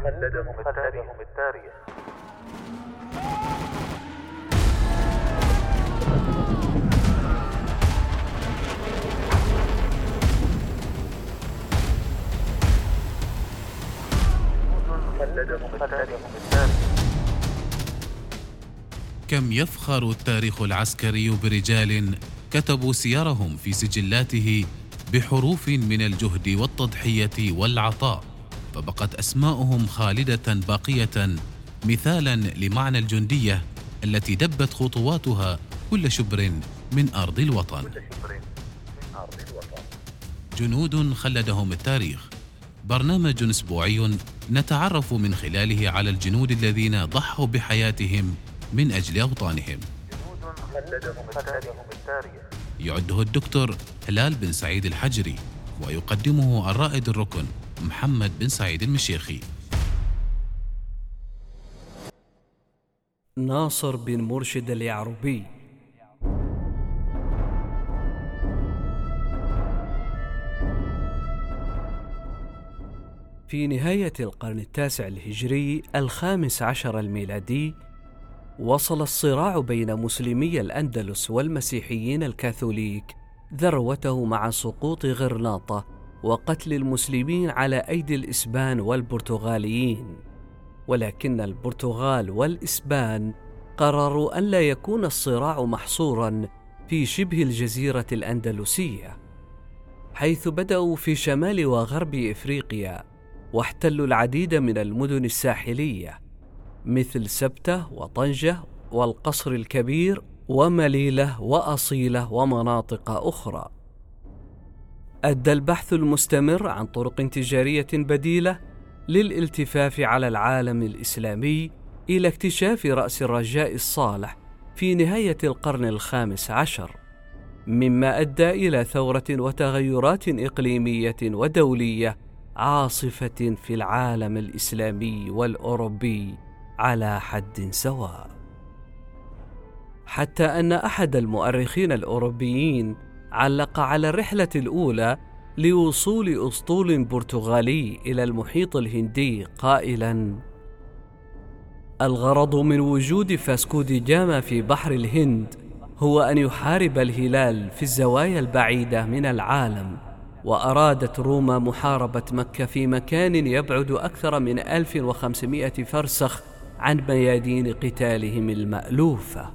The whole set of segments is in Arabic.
التاريخ. كم يفخر التاريخ العسكري برجال كتبوا سيرهم في سجلاته بحروف من الجهد والتضحية والعطاء، فبقت أسماؤهم خالدة باقية مثالا لمعنى الجندية التي دبت خطواتها كل شبر من أرض الوطن. جنود خلدهم التاريخ، برنامج أسبوعي نتعرف من خلاله على الجنود الذين ضحوا بحياتهم من أجل أوطانهم. يعده الدكتور هلال بن سعيد الحجري، ويقدمه الرائد الركن محمد بن سعيد المشيخي. ناصر بن مرشد اليعربي. في نهاية القرن التاسع الهجري 15 الميلادي، وصل الصراع بين مسلمي الأندلس والمسيحيين الكاثوليك ذروته مع سقوط غرناطة وقتل المسلمين على أيدي الإسبان والبرتغاليين. ولكن البرتغال والإسبان قرروا أن لا يكون الصراع محصوراً في شبه الجزيرة الأندلسية، حيث بدأوا في شمال وغرب إفريقيا واحتلوا العديد من المدن الساحلية مثل سبتة وطنجة والقصر الكبير ومليلة وأصيلة ومناطق أخرى. أدى البحث المستمر عن طرق تجارية بديلة للالتفاف على العالم الإسلامي إلى اكتشاف رأس الرجاء الصالح في نهاية القرن 15، مما أدى إلى ثورة وتغيرات إقليمية ودولية عاصفة في العالم الإسلامي والأوروبي على حد سواء، حتى أن أحد المؤرخين الأوروبيين علق على الرحلة الأولى لوصول أسطول برتغالي إلى المحيط الهندي قائلاً: الغرض من وجود فاسكو دي جاما في بحر الهند هو أن يحارب الهلال في الزوايا البعيدة من العالم، وأرادت روما محاربة مكة في مكان يبعد أكثر من 1500 فرسخ عن ميادين قتالهم المألوفة.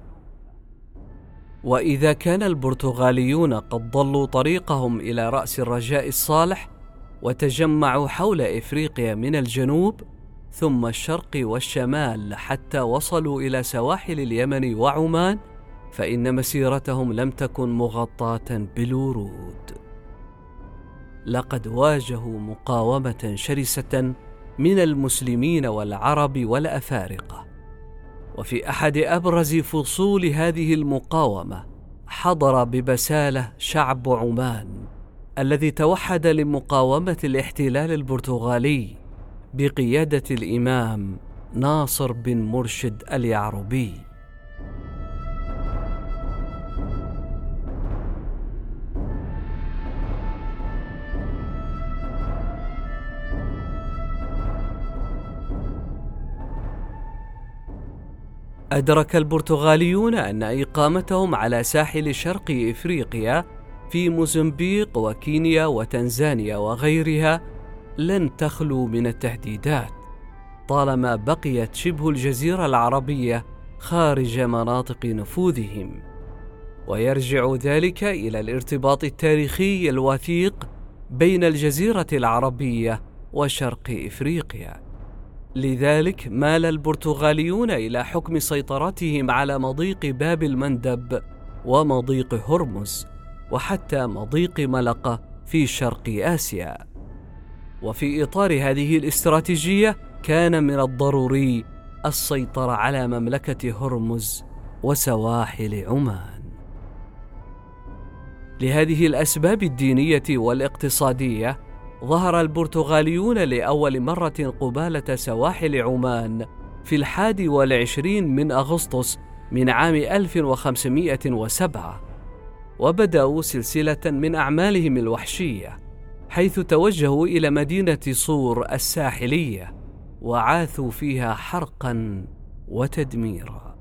وإذا كان البرتغاليون قد ضلوا طريقهم إلى رأس الرجاء الصالح وتجمعوا حول إفريقيا من الجنوب ثم الشرق والشمال حتى وصلوا إلى سواحل اليمن وعمان، فإن مسيرتهم لم تكن مغطاة بالورود. لقد واجهوا مقاومة شرسة من المسلمين والعرب والأفارقة، وفي أحد أبرز فصول هذه المقاومة حضر ببسالة شعب عمان الذي توحد لمقاومة الاحتلال البرتغالي بقيادة الإمام ناصر بن مرشد اليعربي. أدرك البرتغاليون أن إقامتهم على ساحل شرق إفريقيا في موزمبيق وكينيا وتنزانيا وغيرها لن تخلو من التهديدات طالما بقيت شبه الجزيرة العربية خارج مناطق نفوذهم، ويرجع ذلك إلى الارتباط التاريخي الوثيق بين الجزيرة العربية وشرق إفريقيا. لذلك مال البرتغاليون إلى حكم سيطرتهم على مضيق باب المندب ومضيق هرمز وحتى مضيق ملقا في شرق آسيا. وفي إطار هذه الاستراتيجية كان من الضروري السيطرة على مملكة هرمز وسواحل عمان. لهذه الأسباب الدينية والاقتصادية ظهر البرتغاليون لأول مرة قبالة سواحل عمان في 21 من أغسطس من عام 1507، وبدأوا سلسلة من أعمالهم الوحشية، حيث توجهوا إلى مدينة صور الساحلية وعاثوا فيها حرقا وتدميرا.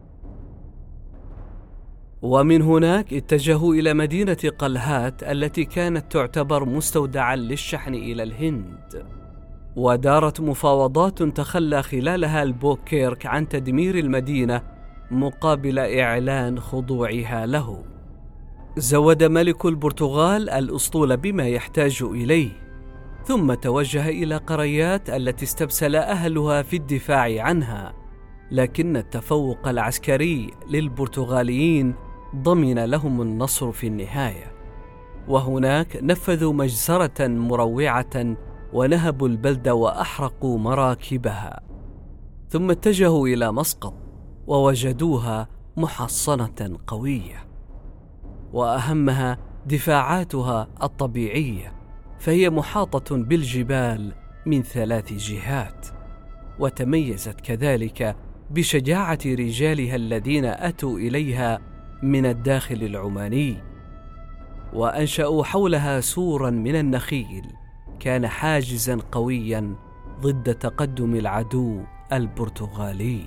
ومن هناك اتجهوا إلى مدينة قلهات التي كانت تعتبر مستودعا للشحن إلى الهند، ودارت مفاوضات تخلى خلالها البوكيرك عن تدمير المدينة مقابل إعلان خضوعها له. زود ملك البرتغال الأسطول بما يحتاج إليه، ثم توجه إلى قريات التي استبسل أهلها في الدفاع عنها، لكن التفوق العسكري للبرتغاليين ضمن لهم النصر في النهاية. وهناك نفذوا مجزرة مروعة ونهبوا البلدة وأحرقوا مراكبها، ثم اتجهوا إلى مسقط ووجدوها محصنة قوية، وأهمها دفاعاتها الطبيعية، فهي محاطة بالجبال من 3 جهات، وتميزت كذلك بشجاعة رجالها الذين أتوا إليها من الداخل العماني، وأنشأوا حولها سورا من النخيل كان حاجزا قويا ضد تقدم العدو البرتغالي.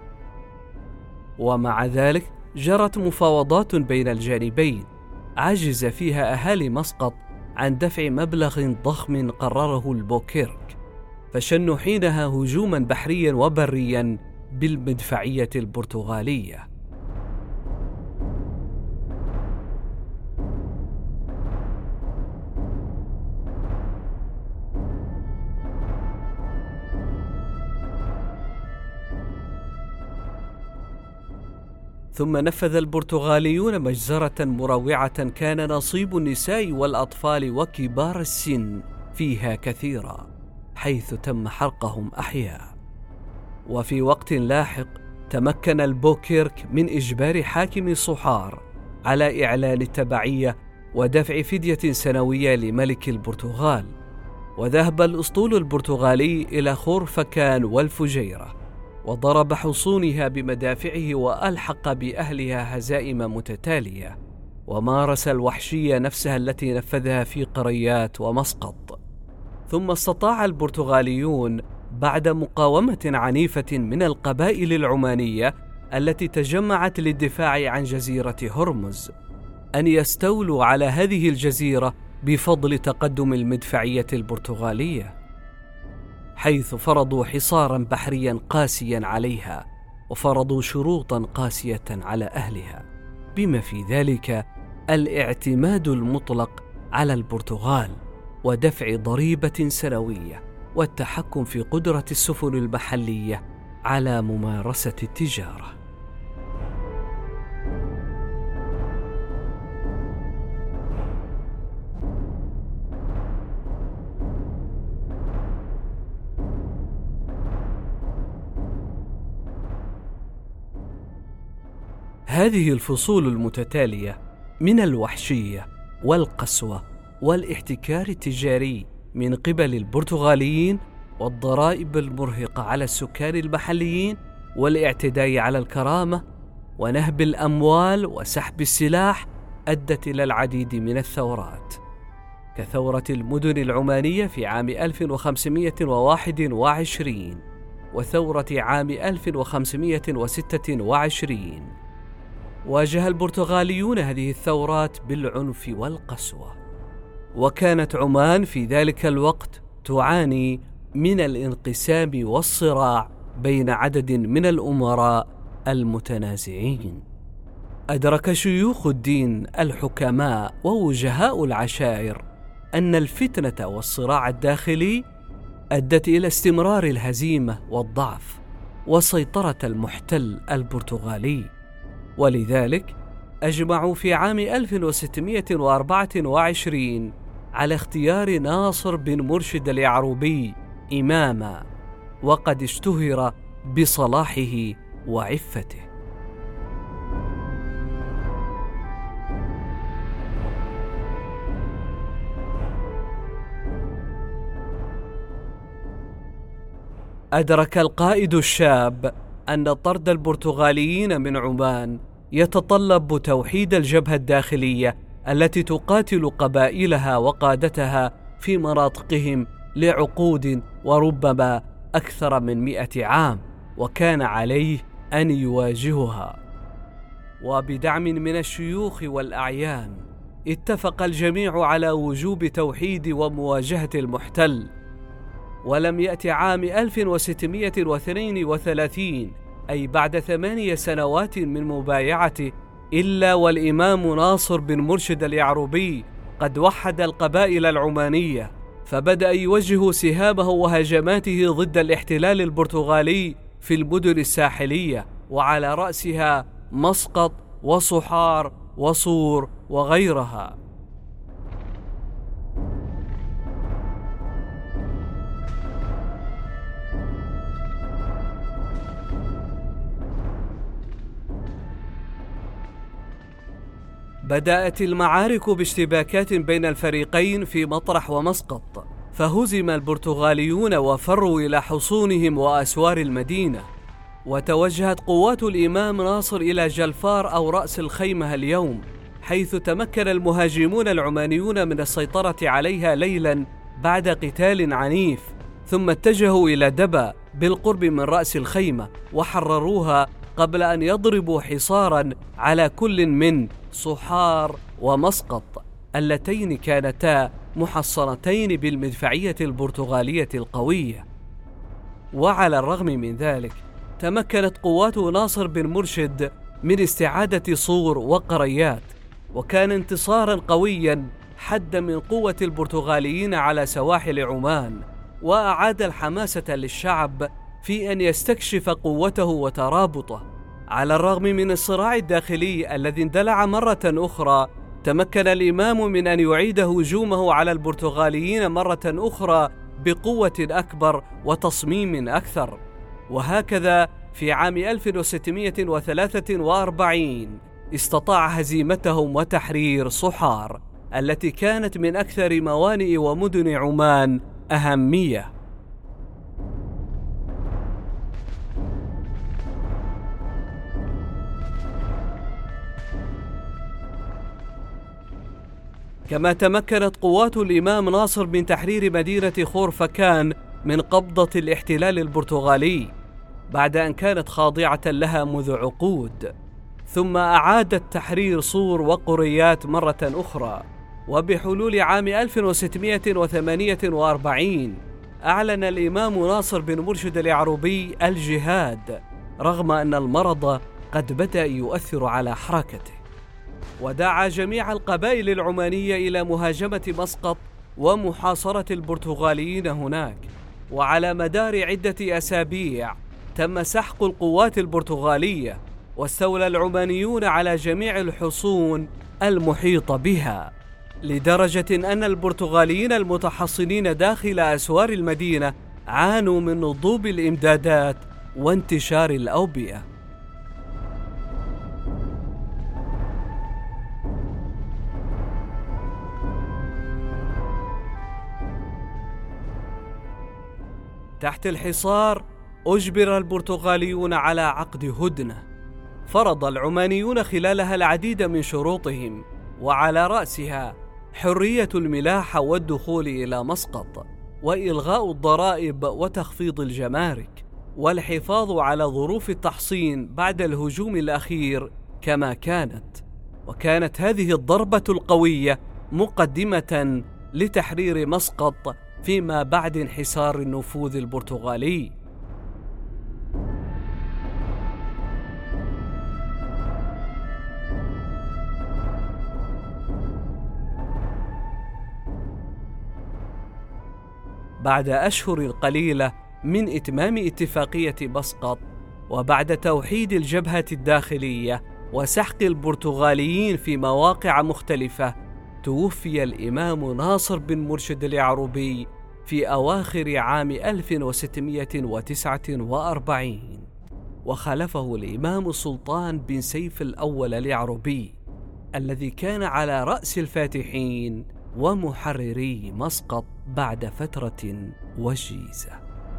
ومع ذلك جرت مفاوضات بين الجانبين عجز فيها أهالي مسقط عن دفع مبلغ ضخم قرره البوكيرك، فشنوا حينها هجوما بحريا وبريا بالمدفعية البرتغالية. ثم نفذ البرتغاليون مجزرة مروعة كان نصيب النساء والأطفال وكبار السن فيها كثيرا، حيث تم حرقهم أحياء. وفي وقت لاحق تمكن البوكيرك من إجبار حاكم صحار على إعلان التبعية ودفع فدية سنوية لملك البرتغال، وذهب الأسطول البرتغالي إلى خورفكان والفجيرة وضرب حصونها بمدافعه وألحق بأهلها هزائم متتالية، ومارس الوحشية نفسها التي نفذها في قريات ومسقط. ثم استطاع البرتغاليون بعد مقاومة عنيفة من القبائل العمانية التي تجمعت للدفاع عن جزيرة هرمز أن يستولوا على هذه الجزيرة بفضل تقدم المدفعية البرتغالية، حيث فرضوا حصارا بحريا قاسيا عليها وفرضوا شروطا قاسية على أهلها، بما في ذلك الاعتماد المطلق على البرتغال ودفع ضريبة سنوية والتحكم في قدرة السفن المحلية على ممارسة التجارة. هذه الفصول المتتالية من الوحشية والقسوة والاحتكار التجاري من قبل البرتغاليين والضرائب المرهقة على السكان المحليين والاعتداء على الكرامة ونهب الأموال وسحب السلاح أدت إلى العديد من الثورات، كثورة المدن العمانية في عام 1521 وثورة عام 1526. واجه البرتغاليون هذه الثورات بالعنف والقسوة، وكانت عمان في ذلك الوقت تعاني من الانقسام والصراع بين عدد من الأمراء المتنازعين. أدرك شيوخ الدين الحكماء ووجهاء العشائر أن الفتنة والصراع الداخلي أدت إلى استمرار الهزيمة والضعف وسيطرة المحتل البرتغالي، ولذلك أجمعوا في عام 1624 على اختيار ناصر بن مرشد اليعروبي إماما، وقد اشتهر بصلاحه وعفته. أدرك القائد الشاب أن طرد البرتغاليين من عمان يتطلب توحيد الجبهة الداخلية التي تقاتل قبائلها وقادتها في مناطقهم لعقود وربما أكثر من 100 عام، وكان عليه أن يواجهها. وبدعم من الشيوخ والأعيان اتفق الجميع على وجوب توحيد ومواجهة المحتل. ولم يأت عام 1632 أي بعد 8 سنوات من مبايعته إلا والإمام ناصر بن مرشد اليعربي قد وحد القبائل العمانية، فبدأ يوجه سهامه وهجماته ضد الاحتلال البرتغالي في المدن الساحلية، وعلى رأسها مسقط وصحار وصور وغيرها. بدأت المعارك باشتباكات بين الفريقين في مطرح ومسقط، فهزم البرتغاليون وفروا إلى حصونهم وأسوار المدينة. وتوجهت قوات الإمام ناصر إلى جلفار أو رأس الخيمة اليوم، حيث تمكن المهاجمون العمانيون من السيطرة عليها ليلا بعد قتال عنيف، ثم اتجهوا إلى دبا بالقرب من رأس الخيمة وحرروها قبل أن يضربوا حصارا على كل من صحار ومسقط اللتين كانتا محصنتين بالمدفعية البرتغالية القوية. وعلى الرغم من ذلك تمكنت قوات ناصر بن مرشد من استعادة صور وقريات، وكان انتصارا قويا حد من قوة البرتغاليين على سواحل عمان، وأعاد الحماسة للشعب في أن يستكشف قوته وترابطه. على الرغم من الصراع الداخلي الذي اندلع مرة أخرى، تمكن الإمام من أن يعيد هجومه على البرتغاليين مرة أخرى بقوة أكبر وتصميم أكثر. وهكذا في عام 1643 استطاع هزيمتهم وتحرير صحار التي كانت من أكثر موانئ ومدن عمان أهمية. كما تمكنت قوات الإمام ناصر من تحرير مدينة خورفكان من قبضة الاحتلال البرتغالي بعد أن كانت خاضعة لها منذ عقود، ثم أعادت تحرير صور وقريات مرة أخرى. وبحلول عام 1648 أعلن الإمام ناصر بن مرشد اليعربي الجهاد، رغم أن المرض قد بدأ يؤثر على حركته، ودعا جميع القبائل العمانية إلى مهاجمة مسقط ومحاصرة البرتغاليين هناك. وعلى مدار عدة أسابيع تم سحق القوات البرتغالية، واستولى العمانيون على جميع الحصون المحيطة بها، لدرجة أن البرتغاليين المتحصنين داخل أسوار المدينة عانوا من نضوب الإمدادات وانتشار الأوبئة. تحت الحصار أجبر البرتغاليون على عقد هدنة، فرض العمانيون خلالها العديد من شروطهم، وعلى رأسها حرية الملاحة والدخول إلى مسقط، وإلغاء الضرائب وتخفيض الجمارك، والحفاظ على ظروف التحصين بعد الهجوم الأخير كما كانت. وكانت هذه الضربة القوية مقدمة لتحرير مسقط فيما بعد انحسار النفوذ البرتغالي. بعد أشهر قليلة من إتمام اتفاقية مسقط، وبعد توحيد الجبهة الداخلية وسحق البرتغاليين في مواقع مختلفة، توفي الإمام ناصر بن مرشد اليعربي في أواخر عام 1649، وخلفه الإمام سلطان بن سيف الأول اليعربي الذي كان على رأس الفاتحين ومحرري مسقط بعد فترة وجيزة.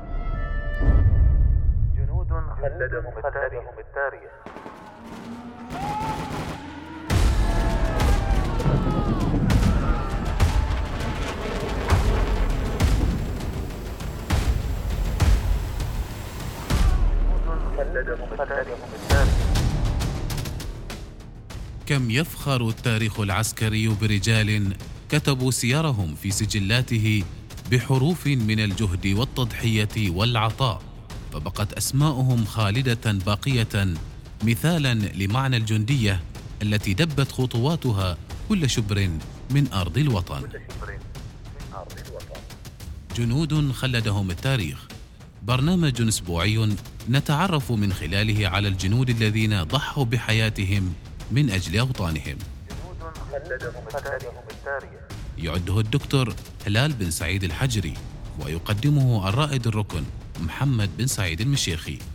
جنود خلدهم التاريخ. خلدهم التاريخ. كم يفخر التاريخ العسكري برجال كتبوا سيرهم في سجلاته بحروف من الجهد والتضحية والعطاء، فبقت أسماؤهم خالدة باقية مثالا لمعنى الجندية التي دبت خطواتها كل شبر من أرض الوطن. جنود خلدهم التاريخ، برنامج أسبوعي نتعرف من خلاله على الجنود الذين ضحوا بحياتهم من أجل أوطانهم. جنود خلدهم التاريخ. يعده الدكتور هلال بن سعيد الحجري، ويقدمه الرائد الركن محمد بن سعيد المشيخي.